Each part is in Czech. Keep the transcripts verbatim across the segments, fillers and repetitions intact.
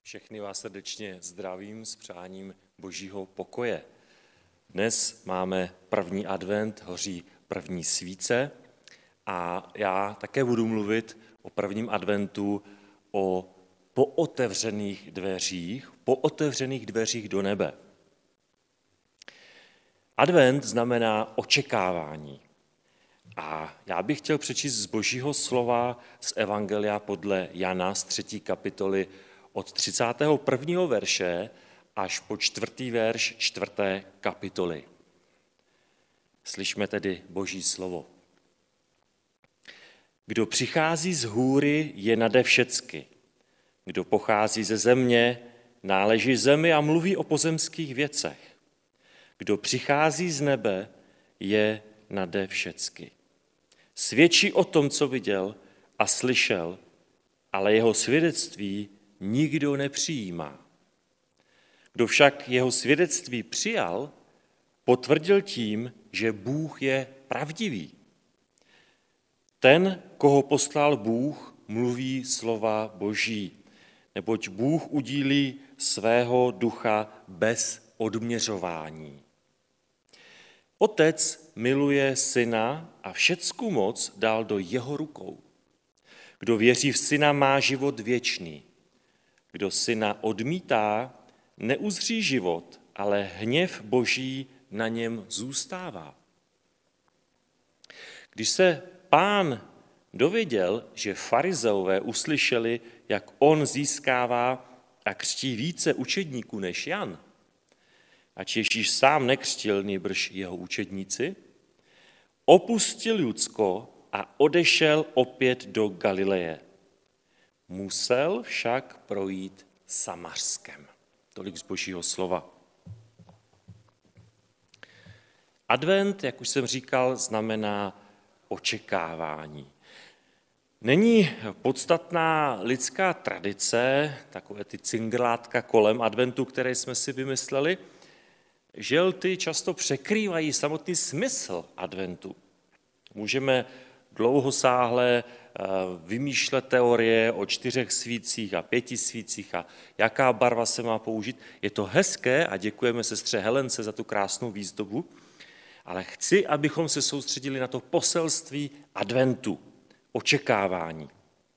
Všechny vás srdečně zdravím s přáním Božího pokoje. Dnes máme první advent, hoří první svíce a já také budu mluvit o prvním adventu, o pootevřených dveřích, pootevřených dveřích do nebe. Advent znamená očekávání. A já bych chtěl přečíst z Božího slova z Evangelia podle Jana z třetí kapitoly od třicátého prvního verše až po čtvrtý verš čtvrté kapitoly. Slyšme tedy Boží slovo. Kdo přichází z hůry, je nade všecky. Kdo pochází ze země, náleží zemi a mluví o pozemských věcech. Kdo přichází z nebe, je nade všecky. Svědčí o tom, co viděl a slyšel, ale jeho svědectví nikdo nepřijímá. Kdo však jeho svědectví přijal, potvrdil tím, že Bůh je pravdivý. Ten, koho poslal Bůh, mluví slova Boží, neboť Bůh udílí svého ducha bez odměřování. Otec miluje syna a všecku moc dal do jeho rukou. Kdo věří v syna, má život věčný. Kdo syna odmítá, neuzří život, ale hněv Boží na něm zůstává. Když se Pán dověděl, že farizeové uslyšeli, jak on získává a křtí více učedníků než Jan, ač Ježíš sám nekřtil, nýbrž jeho učedníci, opustil Judsko a odešel opět do Galileje. Musel však projít Samařskem. Tolik z Božího slova. Advent, jak už jsem říkal, znamená očekávání. Není podstatná lidská tradice, takové ty cingrátka kolem adventu, které jsme si vymysleli, že ty často překrývají samotný smysl adventu. Můžeme dlouhosáhle vymýšlet teorie o čtyřech svících a pěti svících a jaká barva se má použít. Je to hezké a děkujeme sestře Helence za tu krásnou výzdobu, ale chci, abychom se soustředili na to poselství adventu, očekávání.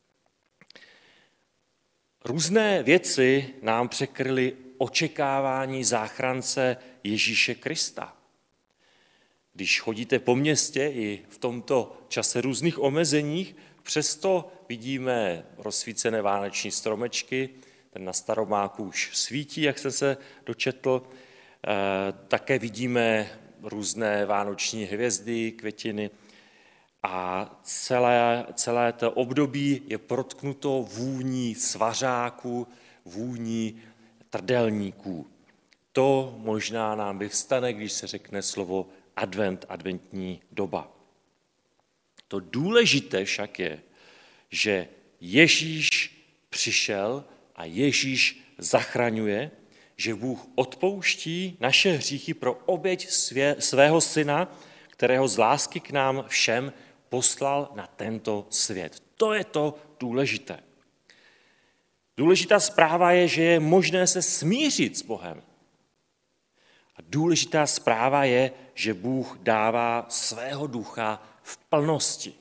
Různé věci nám překryly očekávání záchrance Ježíše Krista. Když chodíte po městě i v tomto čase různých omezeních, přesto vidíme rozsvícené vánoční stromečky, ten na Staromáku už svítí, jak jsem se dočetl, také vidíme různé vánoční hvězdy, květiny a celé, celé to období je protknuto vůní svařáků, vůní trdelníků. To možná nám vyvstane, když se řekne slovo advent, adventní doba. To důležité však je, že Ježíš přišel a Ježíš zachraňuje, že Bůh odpouští naše hříchy pro oběť svě, svého syna, kterého z lásky k nám všem poslal na tento svět. To je to důležité. Důležitá zpráva je, že je možné se smířit s Bohem. A důležitá zpráva je, že Bůh dává svého ducha v plnosti.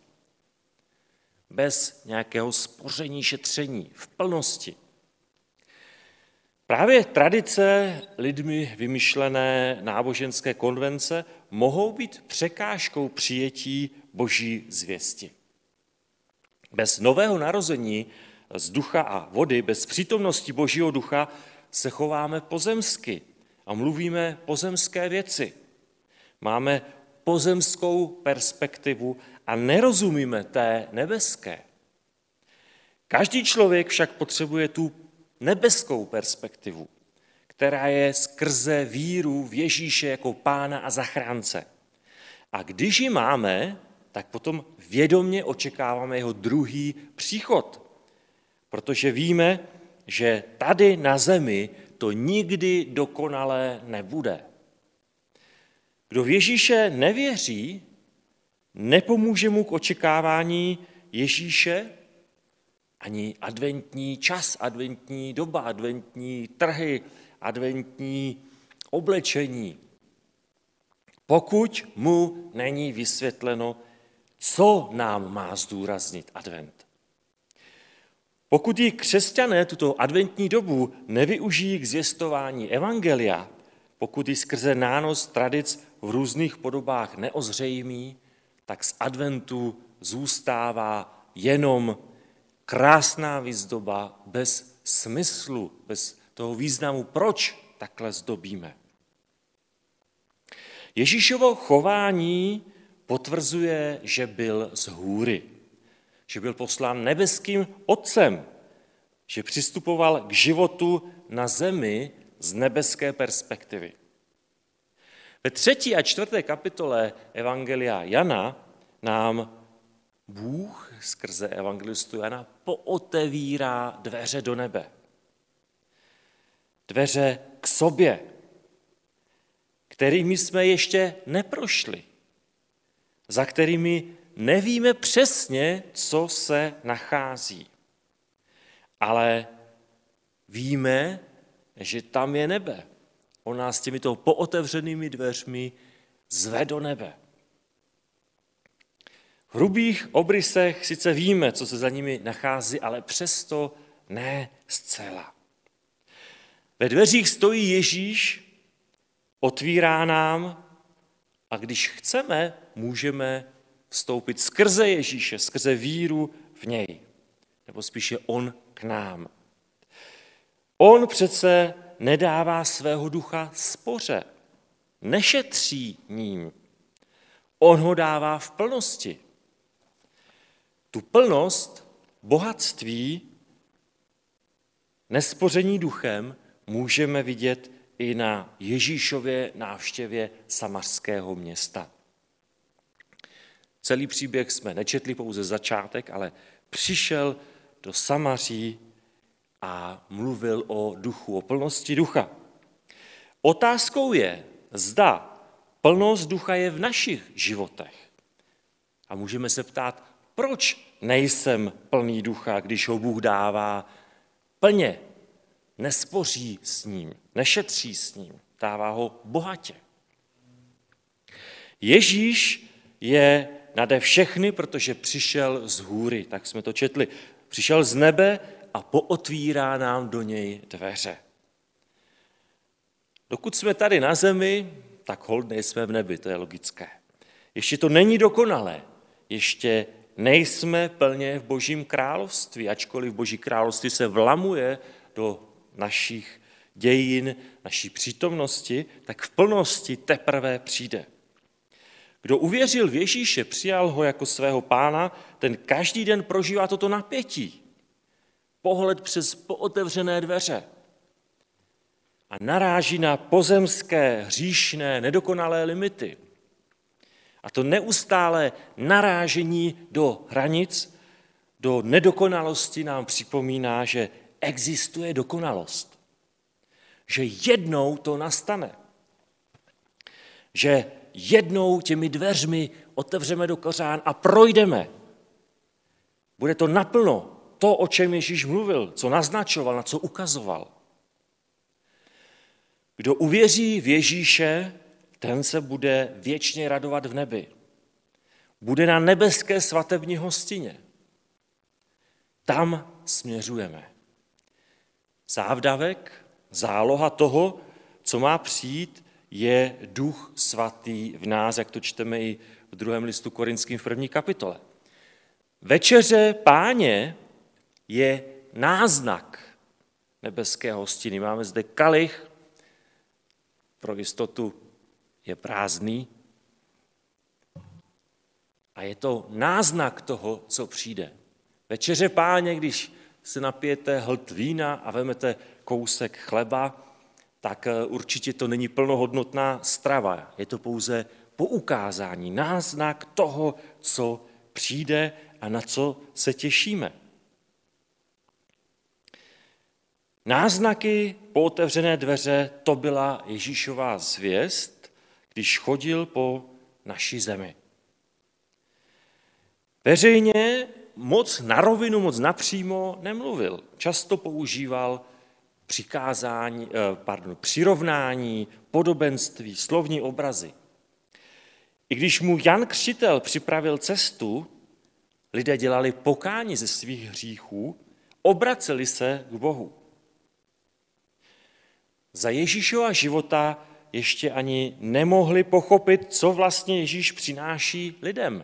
Bez nějakého spoření, šetření, v plnosti. Právě tradice lidmi vymyšlené náboženské konvence mohou být překážkou přijetí Boží zvěsti. Bez nového narození z ducha a vody, bez přítomnosti Božího ducha se chováme pozemsky a mluvíme pozemské věci. Máme pozemskou perspektivu a nerozumíme té nebeské. Každý člověk však potřebuje tu nebeskou perspektivu, která je skrze víru v Ježíše jako Pána a zachránce. A když ji máme, tak potom vědomě očekáváme jeho druhý příchod, protože víme, že tady na zemi to nikdy dokonalé nebude. Kdo v Ježíše nevěří, nepomůže mu k očekávání Ježíše ani adventní čas, adventní doba, adventní trhy, adventní oblečení, pokud mu není vysvětleno, co nám má zdůraznit advent. Pokud ji křesťané tuto adventní dobu nevyužijí k zvěstování evangelia, pokud ji skrze nános tradic v různých podobách neozřejmí, tak z adventu zůstává jenom krásná výzdoba bez smyslu, bez toho významu, proč takhle zdobíme. Ježíšovo chování potvrzuje, že byl z hůry, že byl poslán nebeským Otcem, že přistupoval k životu na zemi z nebeské perspektivy. Ve třetí a čtvrté kapitole Evangelia Jana nám Bůh skrze evangelistu Jana pootevírá dveře do nebe. Dveře k sobě, kterými jsme ještě neprošli, za kterými nevíme přesně, co se nachází. Ale víme, že tam je nebe. On nás těmito pootevřenými dveřmi zve do nebe. V hrubých obrysech sice víme, co se za nimi nachází, ale přesto ne zcela. Ve dveřích stojí Ježíš, otvírá nám a když chceme, můžeme vstoupit skrze Ježíše, skrze víru v něj. Nebo spíše on k nám. On přece nedává svého ducha spoře, nešetří ním. On ho dává v plnosti. Tu plnost, bohatství, nespoření duchem můžeme vidět i na Ježíšově návštěvě samařského města. Celý příběh jsme nečetli, pouze začátek, ale přišel do Samaří a mluvil o duchu, o plnosti ducha. Otázkou je, zda plnost ducha je v našich životech. A můžeme se ptát, proč nejsem plný ducha, když ho Bůh dává plně, nespoří s ním, nešetří s ním, dává ho bohatě. Ježíš je nade všechny, protože přišel z hůry, tak jsme to četli. Přišel z nebe a pootvírá nám do něj dveře. Dokud jsme tady na zemi, tak holt nejsme v nebi, to je logické. Ještě to není dokonalé, ještě nejsme plně v Božím království, ačkoliv Boží království se vlamuje do našich dějin, naší přítomnosti, tak v plnosti teprve přijde. Kdo uvěřil v Ježíše, přijal ho jako svého pána, ten každý den prožívá toto napětí. Pohled přes pootevřené dveře. A naráží na pozemské, hříšné, nedokonalé limity. A to neustále narážení do hranic, do nedokonalosti nám připomíná, že existuje dokonalost. Že jednou to nastane. Že jednou těmi dveřmi otevřeme do kořán a projdeme. Bude to naplno to, o čem Ježíš mluvil, co naznačoval, na co ukazoval. Kdo uvěří v Ježíše, ten se bude věčně radovat v nebi. Bude na nebeské svatební hostině. Tam směřujeme. Závdavek, záloha toho, co má přijít, je Duch Svatý v nás, jak to čteme i v druhém listu Korinským v první kapitole. Večeře Páně je náznak nebeské hostiny. Máme zde kalich, pro jistotu je prázdný. A je to náznak toho, co přijde. Večeře Páně, když se napijete hlt vína a vezmete kousek chleba, tak určitě to není plnohodnotná strava. Je to pouze poukázání, náznak toho, co přijde a na co se těšíme. Náznaky pootevřené dveře, to byla Ježíšova zvěst, když chodil po naší zemi. Veřejně moc na rovinu, moc napřímo nemluvil. Často používal přikázání, pardon, přirovnání, podobenství, slovní obrazy. I když mu Jan Křtitel připravil cestu, lidé dělali pokání ze svých hříchů, obraceli se k Bohu. Za Ježíšova života ještě ani nemohli pochopit, co vlastně Ježíš přináší lidem.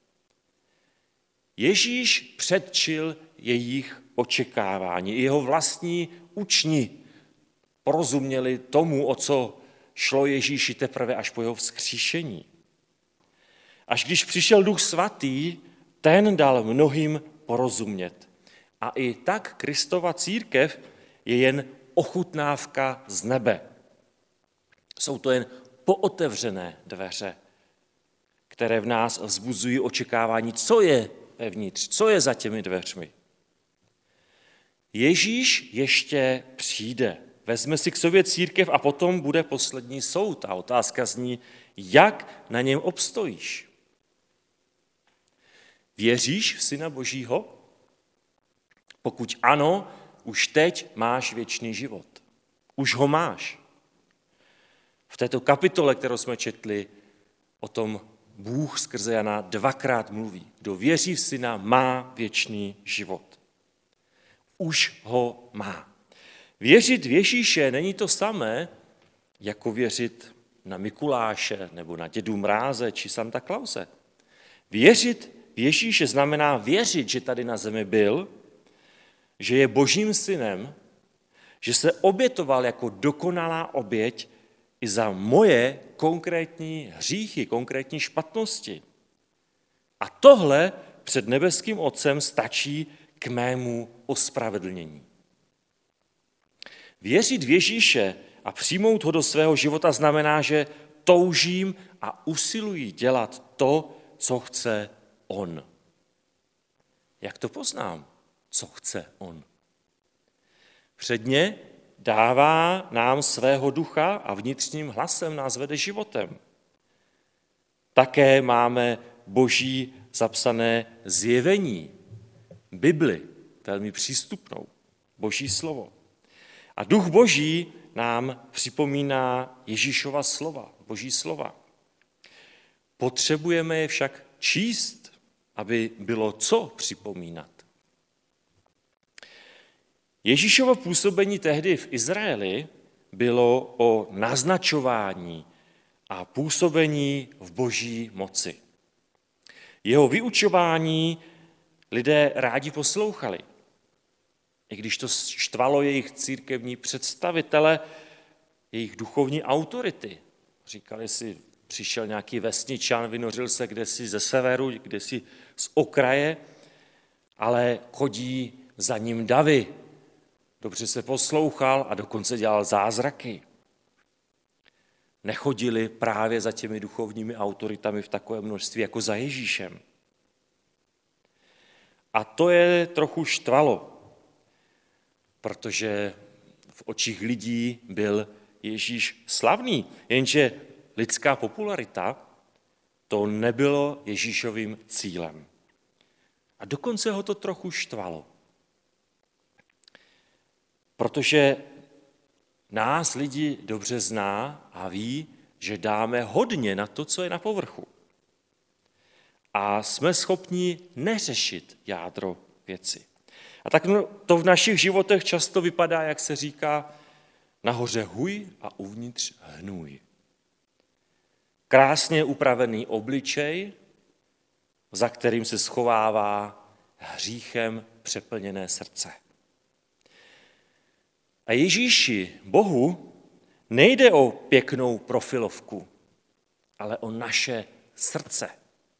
Ježíš předčil jejich očekávání. I jeho vlastní učni porozuměli tomu, o co šlo Ježíši teprve až po jeho vzkříšení. Až když přišel Duch Svatý, ten dal mnohým porozumět. A i tak Kristova církev je jen ochutnávka z nebe. Jsou to jen pootevřené dveře, které v nás vzbuzují očekávání, co je vevnitř, co je za těmi dveřmi. Ježíš ještě přijde, vezme si k sobě církev a potom bude poslední soud. A otázka zní, jak na něm obstojíš. Věříš v Syna Božího? Pokud ano, už teď máš věčný život. Už ho máš. V této kapitole, kterou jsme četli, o tom Bůh skrze Jana dvakrát mluví. Kdo věří v Syna, má věčný život. Už ho má. Věřit v Ježíše není to samé, jako věřit na Mikuláše nebo na Dědu Mráze či Santa Klause. Věřit v Ježíše znamená věřit, že tady na zemi byl, že je Božím synem, že se obětoval jako dokonalá oběť i za moje konkrétní hříchy, konkrétní špatnosti. A tohle před nebeským Otcem stačí k mému ospravedlnění. Věřit v Ježíše a přijmout ho do svého života znamená, že toužím a usiluji dělat to, co chce on. Jak to poznám, co chce on? Předně dává nám svého ducha a vnitřním hlasem nás vede životem. Také máme Boží zapsané zjevení, Bibli, velmi přístupnou, Boží slovo. A Duch Boží nám připomíná Ježíšova slova, Boží slova. Potřebujeme je však číst, aby bylo co připomínat. Ježíšovo působení tehdy v Izraeli bylo o naznačování a působení v Boží moci. Jeho vyučování lidé rádi poslouchali. I když to štvalo jejich církevní představitele, jejich duchovní autority. Říkali si, přišel nějaký vesničan, vynořil se kdesi ze severu, kdesi z okraje, ale chodí za ním davy. Dobře se poslouchal a dokonce dělal zázraky. Nechodili právě za těmi duchovními autoritami v takové množství jako za Ježíšem. A to je trochu štvalo, protože v očích lidí byl Ježíš slavný, jenže lidská popularita to nebylo Ježíšovým cílem. A dokonce ho to trochu štvalo. Protože nás lidi dobře zná a ví, že dáme hodně na to, co je na povrchu. A jsme schopni neřešit jádro věci. A tak to v našich životech často vypadá, jak se říká, nahoře huj a uvnitř hnůj. Krásně upravený obličej, za kterým se schovává hříchem přeplněné srdce. A Ježíši, Bohu, nejde o pěknou profilovku, ale o naše srdce.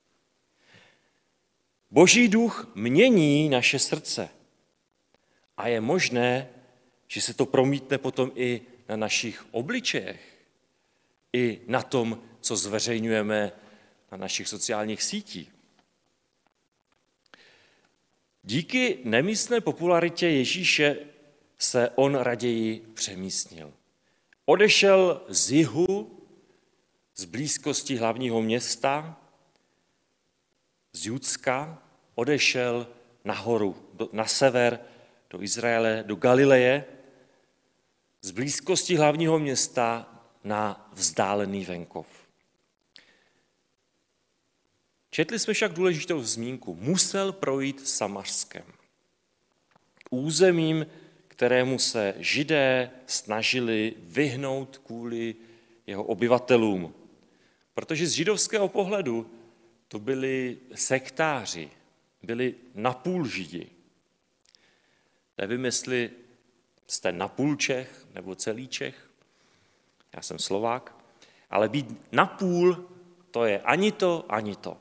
Boží duch mění naše srdce. A je možné, že se to promítne potom i na našich obličejech, i na tom, co zveřejňujeme na našich sociálních sítích. Díky nemístné popularitě Ježíše se on raději přemístil. Odešel z jihu, z blízkosti hlavního města, z Judska odešel nahoru, na sever, do Izraele, do Galileje, z blízkosti hlavního města na vzdálený venkov. Četli jsme však důležitou zmínku. Musel projít Samařskem. Územím, kterému se Židé snažili vyhnout kvůli jeho obyvatelům. Protože z židovského pohledu to byli sektáři, byli napůl Židi. Nevím, jestli jste napůl Čech nebo celý Čech, já jsem Slovák, ale být napůl, to je ani to, ani to.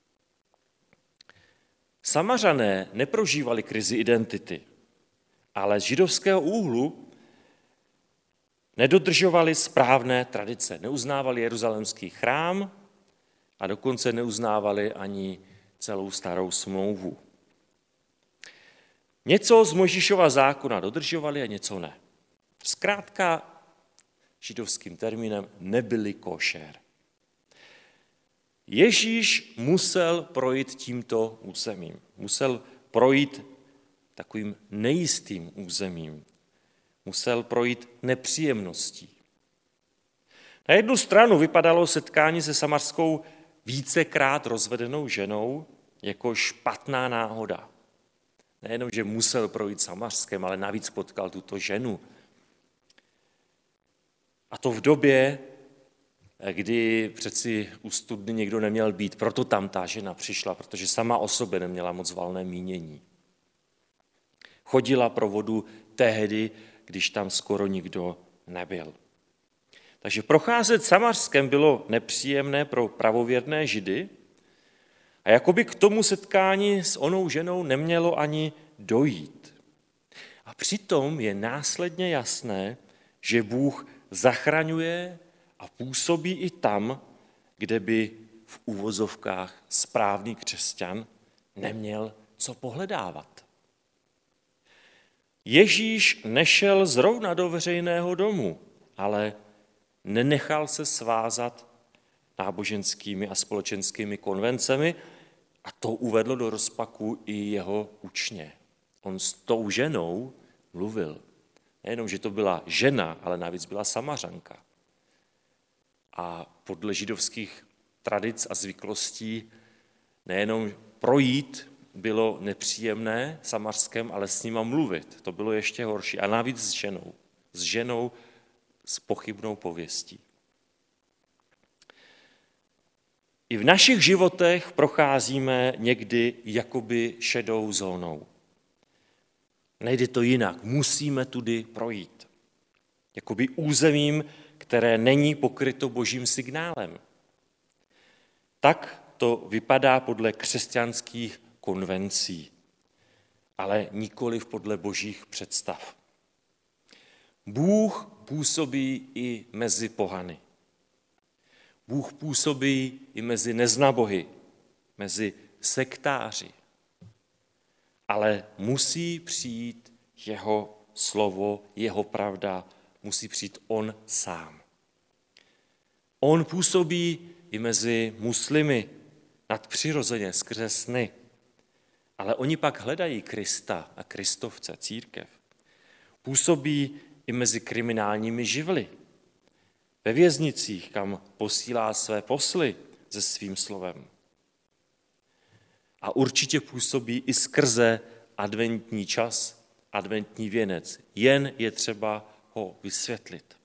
Samařané neprožívali krizi identity, ale z židovského úhlu nedodržovali správné tradice. Neuznávali jeruzalémský chrám a dokonce neuznávali ani celou starou smlouvu. Něco z Mojžíšova zákona dodržovali a něco ne. Zkrátka židovským termínem nebyli košer. Ježíš musel projít tímto územím. Musel projít takovým nejistým územím. Musel projít nepříjemností. Na jednu stranu vypadalo setkání se samarskou vícekrát rozvedenou ženou jako špatná náhoda. Nejenom, že musel projít Samařskem, ale navíc potkal tuto ženu. A to v době, kdy přeci u studny někdo neměl být, proto tam ta žena přišla, protože sama o sobě neměla moc valné mínění. Chodila pro vodu tehdy, když tam skoro nikdo nebyl. Takže procházet Samařskem bylo nepříjemné pro pravověrné Židy a jakoby k tomu setkání s onou ženou nemělo ani dojít. A přitom je následně jasné, že Bůh zachraňuje a působí i tam, kde by v uvozovkách správný křesťan neměl co pohledávat. Ježíš nešel zrovna do veřejného domu, ale nenechal se svázat náboženskými a společenskými konvencemi a to uvedlo do rozpaku i jeho učně. On s tou ženou mluvil. Nejenom, že to byla žena, ale navíc byla Samařanka. A podle židovských tradic a zvyklostí nejenom projít bylo nepříjemné Samařskem, ale s nima mluvit. To bylo ještě horší. A navíc s ženou. S ženou s pochybnou pověstí. I v našich životech procházíme někdy jakoby šedou zónou. Nejde to jinak, musíme tudy projít. Jakoby územím, které není pokryto božím signálem. Tak to vypadá podle křesťanských konvencí, ale nikoliv podle božích představ. Bůh působí i mezi pohany. Bůh působí i mezi neznabohy, mezi sektáři. Ale musí přijít jeho slovo, jeho pravda, musí přijít on sám. On působí i mezi muslimy nadpřirozeně skrze sny, ale oni pak hledají Krista a Kristovce, církev. Působí i mezi kriminálními živly, ve věznicích, kam posílá své posly se svým slovem. A určitě působí i skrze adventní čas, adventní věnec. Jen je třeba ho vysvětlit.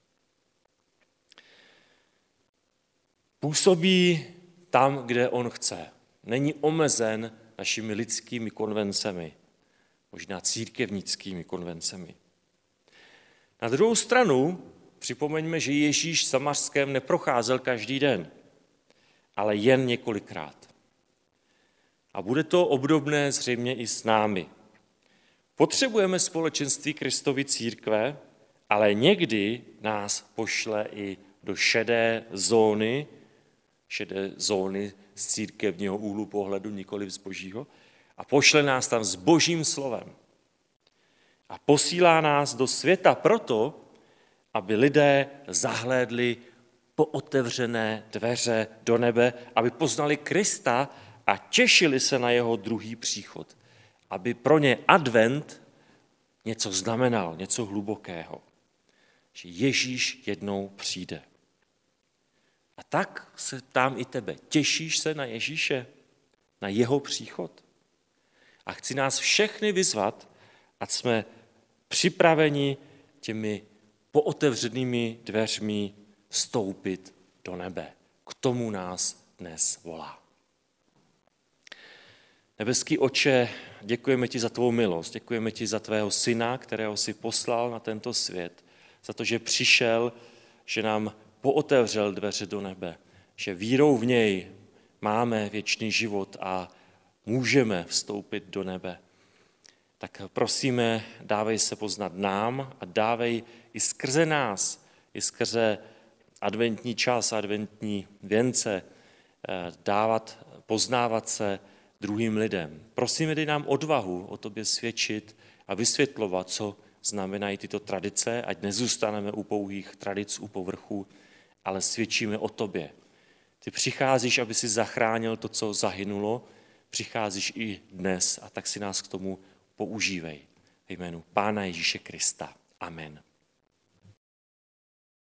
Působí tam, kde on chce. Není omezen našimi lidskými konvencemi, možná církevnickými konvencemi. Na druhou stranu připomeňme, že Ježíš Samařském neprocházel každý den, ale jen několikrát. A bude to obdobné zřejmě i s námi. Potřebujeme společenství Kristovy církve, ale někdy nás pošle i do šedé zóny, šedé zóny z církevního úhlu pohledu, nikoliv z božího, a pošle nás tam s božím slovem. A posílá nás do světa proto, aby lidé zahlédli po otevřené dveře do nebe, aby poznali Krista a těšili se na jeho druhý příchod, aby pro ně advent něco znamenal, něco hlubokého. Že Ježíš jednou přijde. A tak se ptám i tebe. Těšíš se na Ježíše? Na jeho příchod? A chci nás všechny vyzvat, ať jsme připraveni těmi pootevřenými dveřmi vstoupit do nebe. K tomu nás dnes volá. Nebeský Otče, děkujeme ti za tvou milost, děkujeme ti za tvého syna, kterého jsi poslal na tento svět, za to, že přišel, že nám pootevřel dveře do nebe, že vírou v něj máme věčný život a můžeme vstoupit do nebe. Tak prosíme, dávej se poznat nám a dávej i skrze nás, i skrze adventní čas, adventní věnce, dávat, poznávat se druhým lidem. Prosíme, dej nám odvahu o tobě svědčit a vysvětlovat, co znamenají tyto tradice, ať nezůstaneme u pouhých tradic u povrchu, ale svědčíme o tobě. Ty přicházíš, aby si zachránil to, co zahynulo, přicházíš i dnes a tak si nás k tomu používej. Ve jménu Pána Ježíše Krista. Amen.